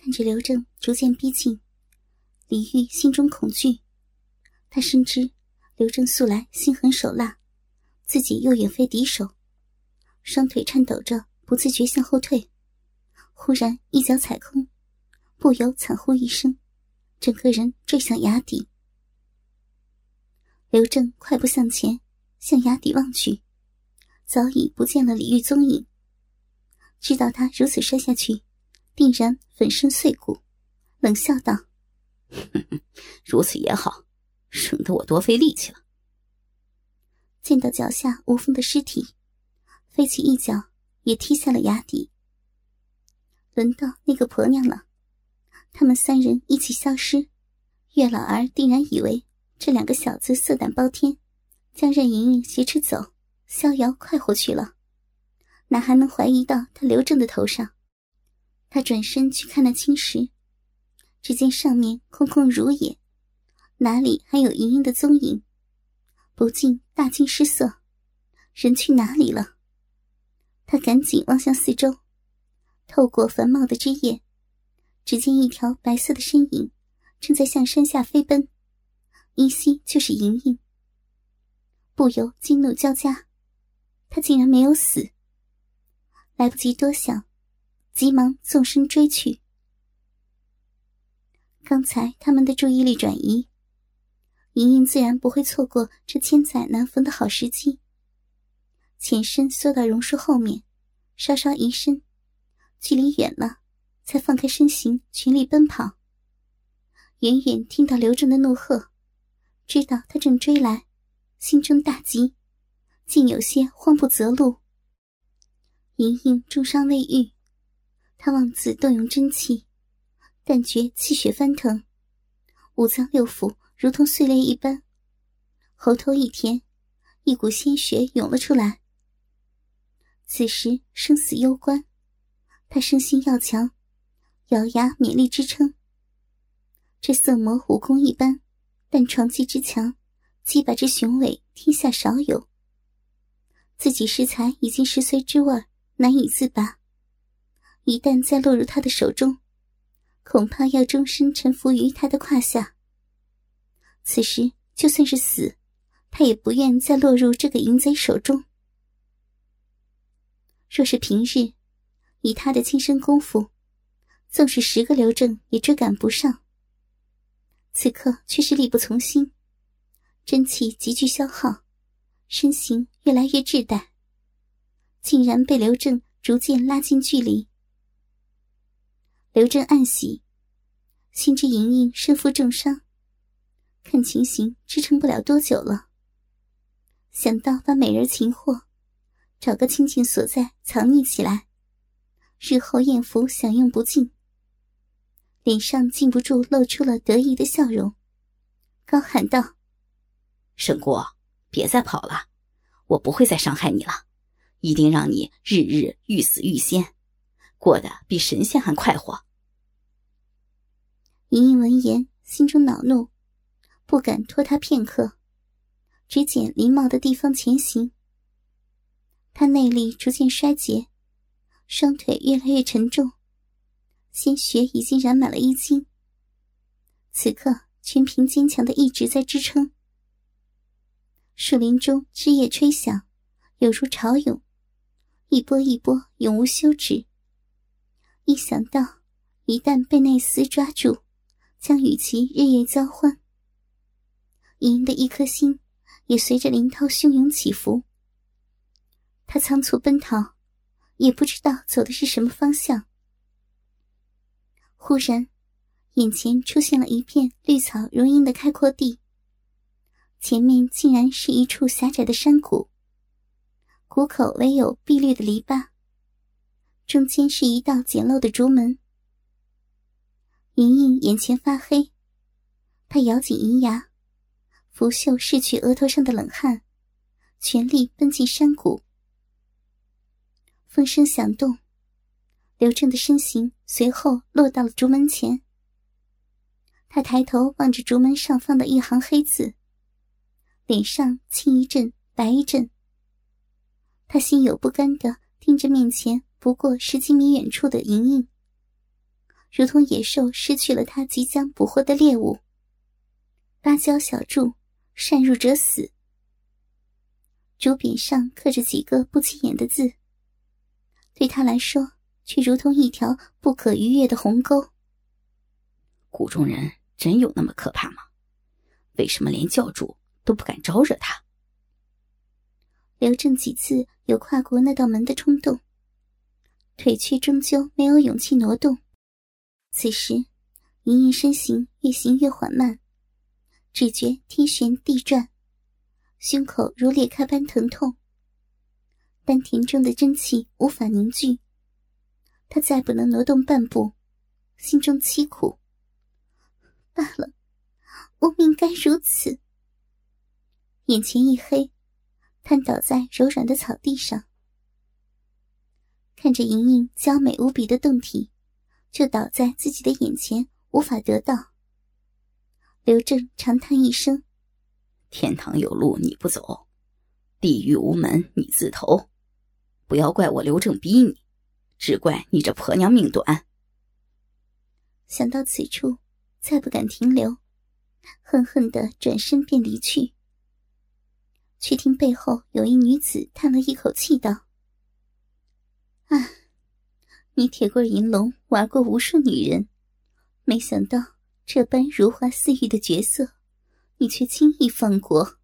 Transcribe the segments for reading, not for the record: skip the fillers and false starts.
看着刘正逐渐逼近，李煜心中恐惧。他深知刘正素来心狠手辣，自己又远非敌手，双腿颤抖着不自觉向后退，忽然一脚踩空，不由惨呼一声，整个人坠向崖底。刘正快步向前，向崖底望去，早已不见了李煜踪影。知道他如此摔下去定然粉身碎骨，冷笑道： 如此也好，省得我多费力气了。 见到脚下无风的尸体，飞起一脚也踢下了崖底。轮到那个婆娘了，他们三人一起消失，岳老儿定然以为这两个小子色胆包天，将任盈盈挟持走，逍遥快活去了，哪还能怀疑到他刘正的头上。他转身去看那青石，只见上面空空如也，哪里还有盈盈的踪影，不禁大惊失色，人去哪里了？他赶紧望向四周，透过繁茂的枝叶，只见一条白色的身影正在向山下飞奔，依稀就是盈盈。不由惊怒交加，他竟然没有死。来不及多想，急忙纵身追去。刚才他们的注意力转移，盈盈自然不会错过这千载难逢的好时机，前身缩到榕树后面，稍稍移身，距离远了才放开身形全力奔跑。远远听到刘正的怒喝，知道他正追来，心中大急，竟有些慌不择路。盈盈重伤未愈，他妄自动用真气，但觉气血翻腾，五脏六腑如同碎裂一般，喉头一甜，一股鲜血涌了出来。此时生死攸关，他身心要强，咬牙勉力支撑。这色魔武功一般，但床技之强，击败之雄伟，天下少有。自己适才已经10岁之味，难以自拔，一旦再落入他的手中，恐怕要终身臣服于他的胯下。此时就算是死，他也不愿再落入这个淫贼手中。若是平日，以他的轻身功夫，纵使10个刘正也追赶不上。此刻却是力不从心，真气急剧消耗，身形越来越滞怠，竟然被刘正逐渐拉近距离。刘正暗喜，心知盈盈身负重伤，看情形支撑不了多久了。想到把美人擒获，找个清静所在藏匿起来，日后艳福享用不尽，脸上禁不住露出了得意的笑容，高喊道： 沈姑，别再跑了，我不会再伤害你了，一定让你日日欲死欲仙，过得比神仙还快活。 盈盈闻言心中恼怒，不敢拖他片刻，只捡林茂的地方前行。他内力逐渐衰竭，双腿越来越沉重，鲜血已经染满了衣襟，此刻全凭坚强的意志在支撑。树林中枝叶吹响，有如潮涌，一波一波永无休止。一想到一旦被那厮抓住，将与其日夜交欢，盈盈的一颗心也随着林涛汹涌起伏。他仓促奔逃，也不知道走的是什么方向。忽然眼前出现了一片绿草如茵的开阔地，前面竟然是一处狭窄的山谷，谷口唯有碧绿的篱笆，中间是一道简陋的竹门。盈盈眼前发黑，她咬紧银牙，拂袖拭去额头上的冷汗，全力奔进山谷。风声响动，刘正的身形随后落到了竹门前。他抬头望着竹门上方的一行黑字，脸上青一阵白一阵。他心有不甘地盯着面前不过10几米远处的盈盈， 如同野兽失去了它即将捕获的猎物。芭蕉小筑，擅入者死。竹匾上刻着几个不起眼的字，对他来说却如同一条不可逾越的鸿沟。 谷中人真有那么可怕吗？为什么连教主都不敢招惹他？ 刘正几次有跨过那道门的冲动，腿却终究没有勇气挪动。此时莹莹身形越行越缓慢，只觉天旋地转，胸口如裂开般疼痛，丹田中的真气无法凝聚。他再不能挪动半步，心中凄苦。罢了，我命该如此。眼前一黑，瘫倒在柔软的草地上，看着莹莹娇美无比的胴体就倒在自己的眼前，无法得到。刘正长叹一声， 天堂有路你不走，地狱无门你自投，不要怪我刘正逼你，只怪你这婆娘命短。 想到此处，再不敢停留，恨恨地转身便离去。却听背后有一女子叹了一口气道：啊，你铁棍银龙玩过无数女人，没想到这般如花似玉的角色你却轻易放过。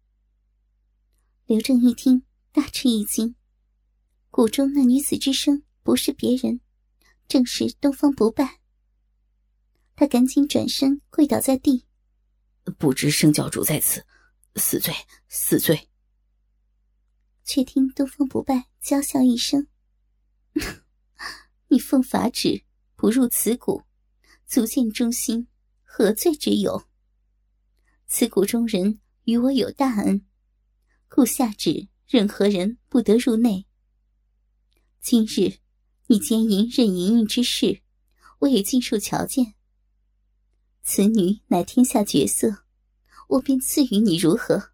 刘正一听大吃一惊，谷中那女子之声不是别人，正是东方不败。他赶紧转身跪倒在地， 不知圣教主在此，死罪死罪。 却听东方不败娇笑一声，你奉法旨不入此谷，足见忠心，何罪之有？此谷中人与我有大恩，故下旨任何人不得入内。今日你奸淫任莹莹之事，我也尽数瞧见。此女乃天下绝色，我便赐予你如何？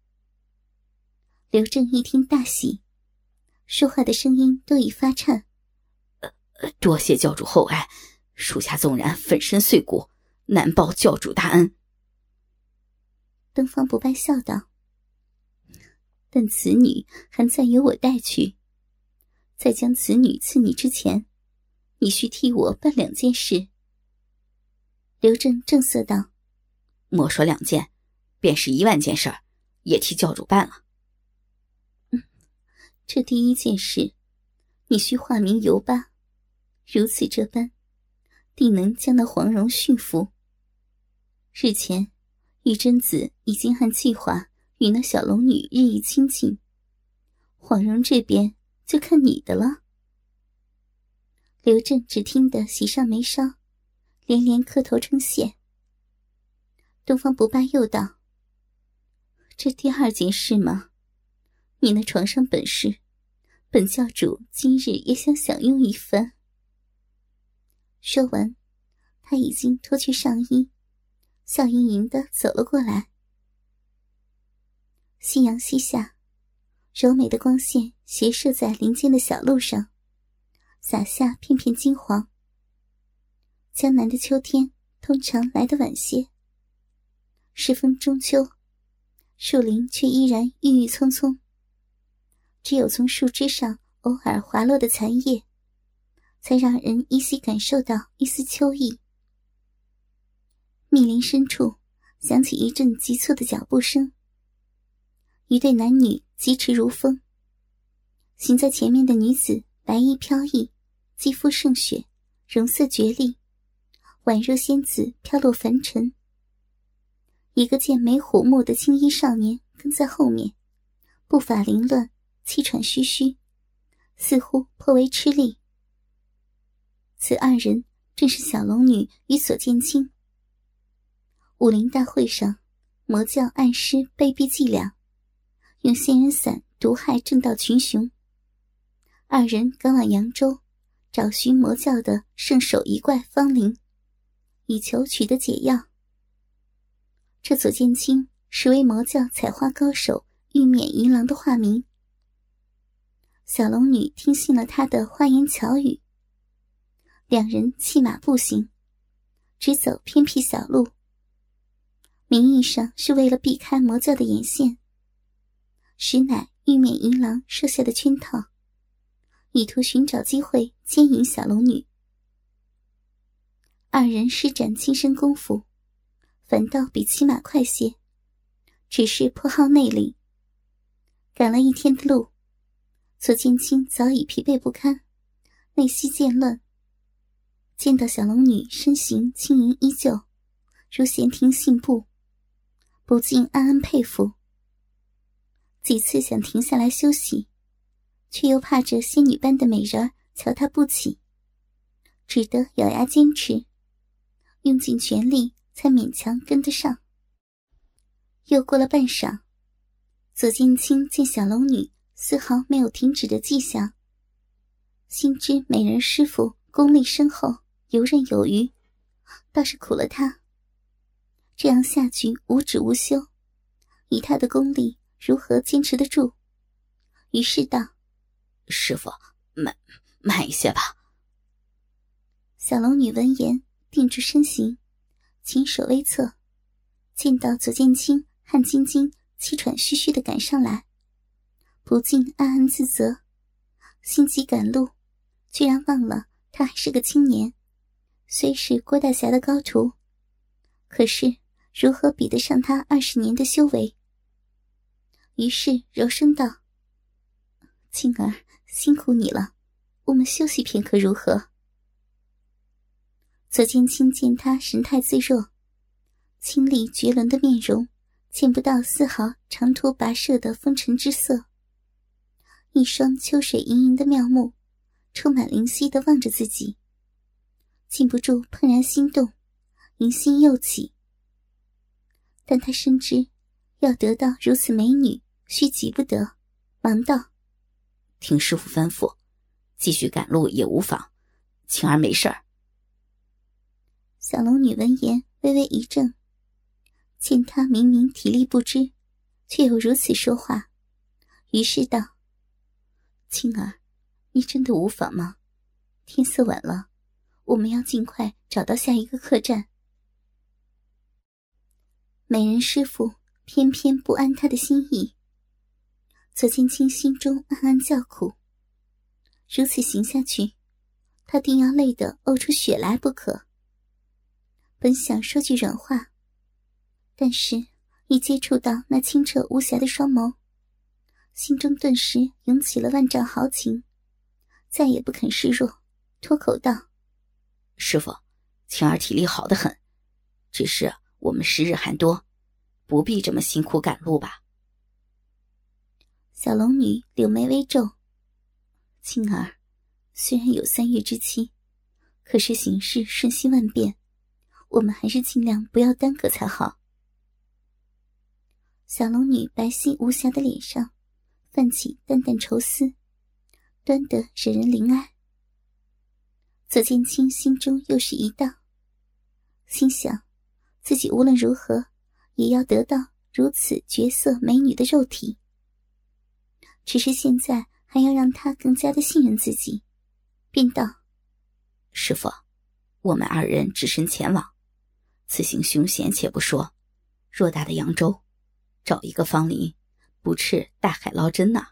刘正一听大喜，说话的声音都已发颤。 多谢教主厚爱，属下纵然粉身碎骨，难报教主大恩。 东方不败笑道：但此女还暂由我带去，在将此女赐你之前，你需替我办2件事。刘正正色道： 莫说2件，便是10000件事儿，也替教主办了。 这第1件事，你需化名尤巴，如此这般，定能将那黄蓉驯服。日前玉贞子已经按计划与那小龙女日益亲近，黄蓉这边就看你的了。刘正只听得喜上眉梢，连连磕头称谢。东方不败又道：这第2件事吗？你那床上本事，本教主今日也想享用一番。说完，他已经脱去上衣，笑盈盈地走了过来。夕阳西下，柔美的光线斜射在林间的小路上，洒下片片金黄。江南的秋天通常来得晚些，适逢中秋，树林却依然郁郁葱葱，只有从树枝上偶尔滑落的残叶，才让人依稀感受到一丝秋意。密林深处响起一阵急促的脚步声，一对男女疾驰如风。行在前面的女子白衣飘逸，肌肤胜雪，容色绝丽，宛若仙子飘落凡尘。一个剑眉虎目的青衣少年跟在后面，步伐凌乱，气喘吁吁，似乎颇为吃力。此2人正是小龙女与左剑清。武林大会上，魔教暗施卑鄙伎俩，用仙人伞毒害正道群雄。2人赶往扬州，找寻魔教的圣手一怪方灵，以求取得解药。这左剑清实为魔教采花高手玉面银狼的化名。小龙女听信了他的花言巧语， 两人弃马步行，只走偏僻小路。名义上是为了避开魔教的眼线，实乃玉面银狼设下的圈套，以图寻找机会奸淫小龙女。二人施展亲身功夫，反倒比骑马快些，只是颇耗内力。赶了一天的路，左剑清早已疲惫不堪，内息渐乱。见到小龙女身形轻盈依旧，如闲庭信步，不禁暗暗佩服。几次想停下来休息，却又怕着仙女般的美人瞧她不起，只得咬牙坚持，用尽全力才勉强跟得上。又过了半晌，左剑清见小龙女丝毫没有停止的迹象，心知美人师傅功力深厚，游刃有余，倒是苦了他。这样下去无止无休，以他的功力如何坚持得住？于是道： 师傅，慢一些吧。 小龙女闻言定住身形，紧守微侧，见到左剑清汗津津气喘吁吁地赶上来，不禁暗暗自责，心急赶路，居然忘了他还是个青年，虽是郭大侠的高徒，可是如何比得上他20年的修为？于是柔声道：青儿，辛苦你了，我们休息片刻如何？左剑清见他神态自若，清丽绝伦的面容见不到丝毫长途跋涉的风尘之色，一双秋水盈盈的妙目充满灵犀地望着自己，禁不住怦然心动，淫心又起。但他深知要得到如此美女须急不得，忙道： 听师傅吩咐，继续赶路也无妨，青儿没事儿。 小龙女闻言微微一怔，见他明明体力不支，却又如此说话，于是道：青儿，你真的无妨吗？天色晚了，我们要尽快找到下一个客栈。美人师傅偏偏不安他的心意，左剑清心中暗暗叫苦，如此行下去，他定要累得呕出血来不可。本想说句软话，但是一接触到那清澈无瑕的双眸，心中顿时涌起了万丈豪情，再也不肯示弱，脱口道： 师傅，青儿体力好得很，只是我们时日还多，不必这么辛苦赶路吧。 小龙女柳眉微皱：青儿，虽然有3月之期，可是形势瞬息万变，我们还是尽量不要耽搁才好。小龙女白皙无瑕的脸上泛起淡淡愁思，端得惹人怜爱。左剑清心中又是一道，心想自己无论如何也要得到如此绝色美女的肉体，只是现在还要让她更加的信任自己，便道： 师傅，我们2人只身前往，此行凶险且不说，偌大的扬州，找一个芳邻，不啻大海捞针呐。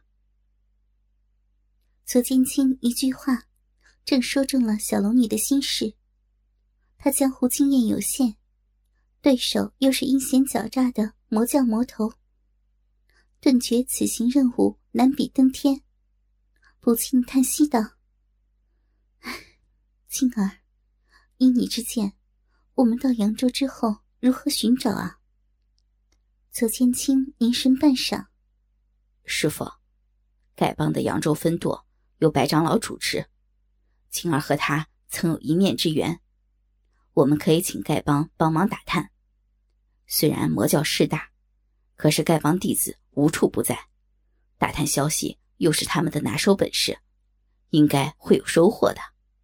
左剑清一句话正说中了小龙女的心事，他江湖经验有限，对手又是阴险狡诈的魔教魔头，顿觉此行任务难比登天，不禁叹息道：唉，青儿，依你之见，我们到扬州之后如何寻找啊？左剑清凝神半晌： 师傅，丐帮的扬州分舵由白长老主持，青儿和他曾有一面之缘，我们可以请丐帮帮忙打探。虽然魔教势大，可是丐帮弟子无处不在，打探消息又是他们的拿手本事，应该会有收获的。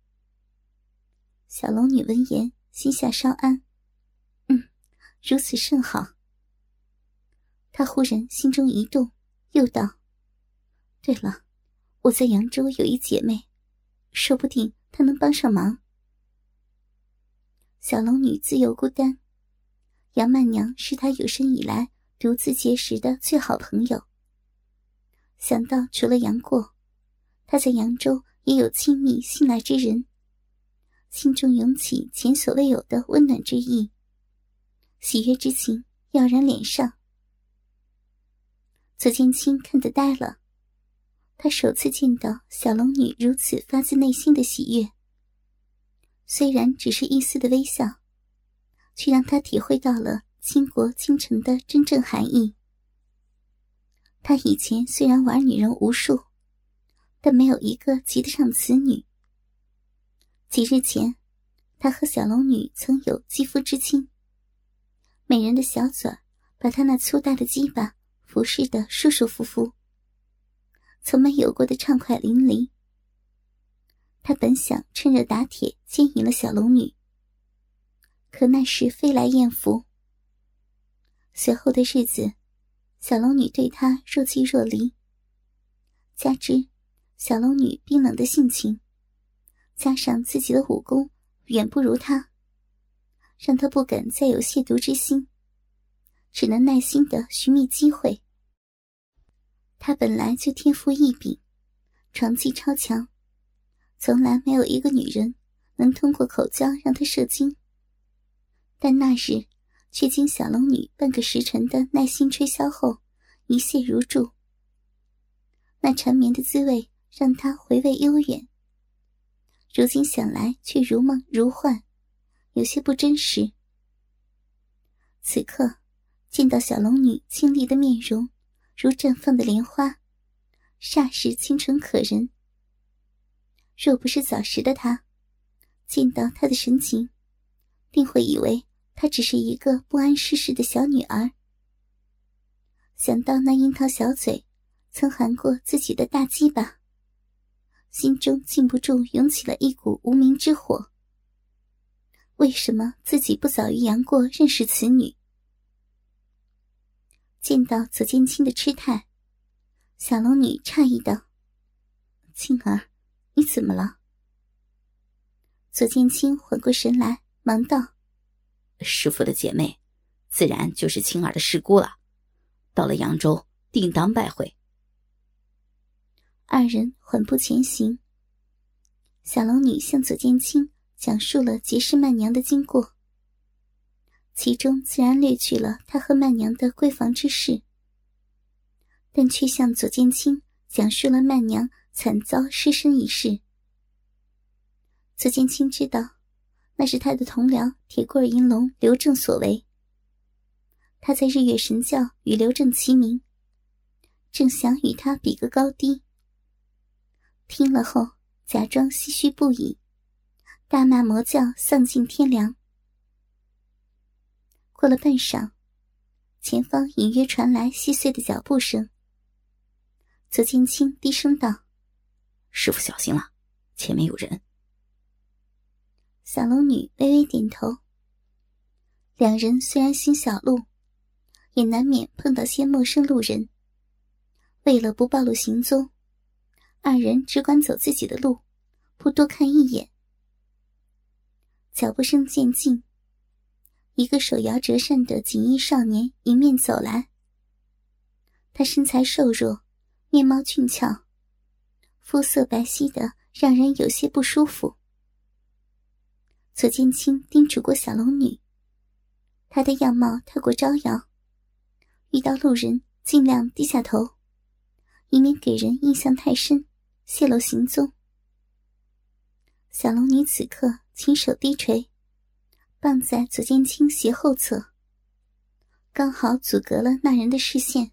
小龙女闻言心下稍安，如此甚好。她忽然心中一动，又道：对了，我在扬州有一姐妹，说不定她能帮上忙。 小龙女自幼孤单，杨曼娘是她有生以来独自结识的最好朋友。想到除了杨过，她在扬州也有亲密信赖之人，心中涌起前所未有的温暖之意，喜悦之情耀然脸上。左剑清看得呆了，他首次见到小龙女如此发自内心的喜悦，虽然只是一丝的微笑，却让他体会到了倾国倾城的真正含义。他以前虽然玩女人无数，但没有一个及得上此女。几日前，他和小龙女曾有肌肤之亲，美人的小嘴把他那粗大的鸡巴服侍得舒舒服服，从没有过的畅快淋漓。他本想趁热打铁奸淫了小龙女，可那时飞来艳福。随后的日子，小龙女对他若即若离，加之小龙女冰冷的性情，加上自己的武功远不如他，让他不敢再有亵渎之心，只能耐心地寻觅机会。他本来就天赋异禀，床技超强，从来没有一个女人能通过口交让他射精，但那日却经小龙女半个时辰的耐心吹箫后一泻如注。那缠绵的滋味让他回味悠远，如今想来却如梦如幻，有些不真实。此刻见到小龙女清丽的面容如绽放的莲花，霎时清纯可人。若不是早时的他见到她的神情，定会以为她只是一个不谙世事的小女儿。想到那樱桃小嘴曾含过自己的大鸡巴，心中禁不住涌起了一股无名之火。为什么自己不早于杨过认识此女？见到左剑清的痴态，小龙女诧异道：“青儿，你怎么了？”左剑清缓过神来，忙道：“ 师父的姐妹，自然就是青儿的师姑了。到了扬州，定当拜会。” 二人缓步前行。小龙女向左剑清讲述了结识曼娘的经过，其中自然略去了她和曼娘的闺房之事，但却向左剑清讲述了曼娘惨遭失身一事。左剑清知道那是他的同僚铁棍银龙刘正所为，他在日月神教与刘正齐名，正想与他比个高低。听了后假装唏嘘不已，大骂魔教丧尽天良。过了半晌，前方隐约传来细碎的脚步声。左剑清低声道：“ 师父小心了，前面有人。” 小龙女微微点头。两人虽然行小路，也难免碰到些陌生路人。为了不暴露行踪，二人只管走自己的路，不多看一眼。脚步声渐近，一个手摇折扇的锦衣少年迎面走来。他身材瘦弱，面貌俊俏，肤色白皙的让人有些不舒服。左剑清叮嘱过小龙女，她的样貌太过招摇，遇到路人尽量低下头，以免给人印象太深，泄露行踪。小龙女此刻轻手低垂，傍在左剑清斜后侧，刚好阻隔了那人的视线。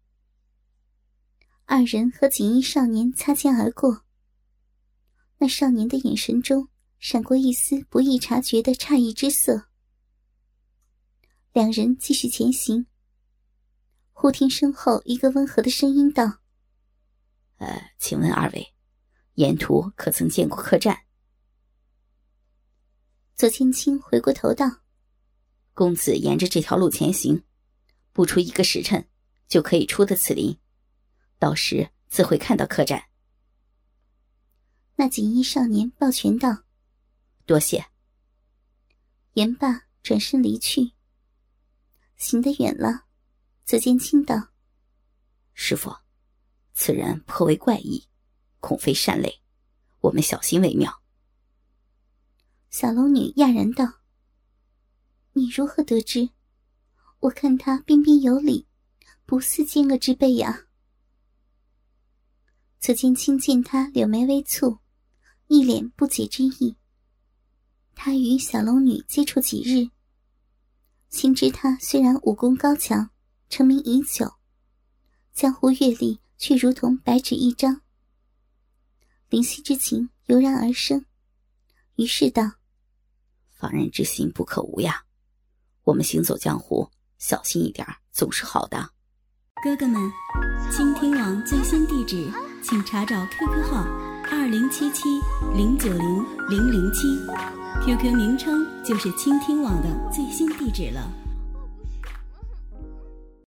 二人和锦衣少年擦肩而过，那少年的眼神中闪过一丝不易察觉的诧异之色。两人继续前行，忽听身后一个温和的声音道：“ 请问二位，沿途可曾见过客栈？” 左剑清回过头道：“ 公子沿着这条路前行，不出1个时辰，就可以出得此林，到时自会看到客栈。” 那锦衣少年抱拳道：“ 多谢。” 言罢转身离去。行得远了，左剑清道： 师父，此人颇为怪异，恐非善类，我们小心为妙。 小龙女讶然道：你如何得知？我看他彬彬有礼，不似奸恶之辈呀。左剑清见他柳眉微蹙，一脸不解之意。他与小龙女接触几日，心知他虽然武功高强，成名已久，江湖阅历却如同白纸一张，怜惜之情油然而生，于是道： 防人之心不可无呀，我们行走江湖，小心一点总是好的。 哥哥们，倾听网最新地址请查找 QQ 号2077090007，QQ 名称就是倾听网的最新地址了。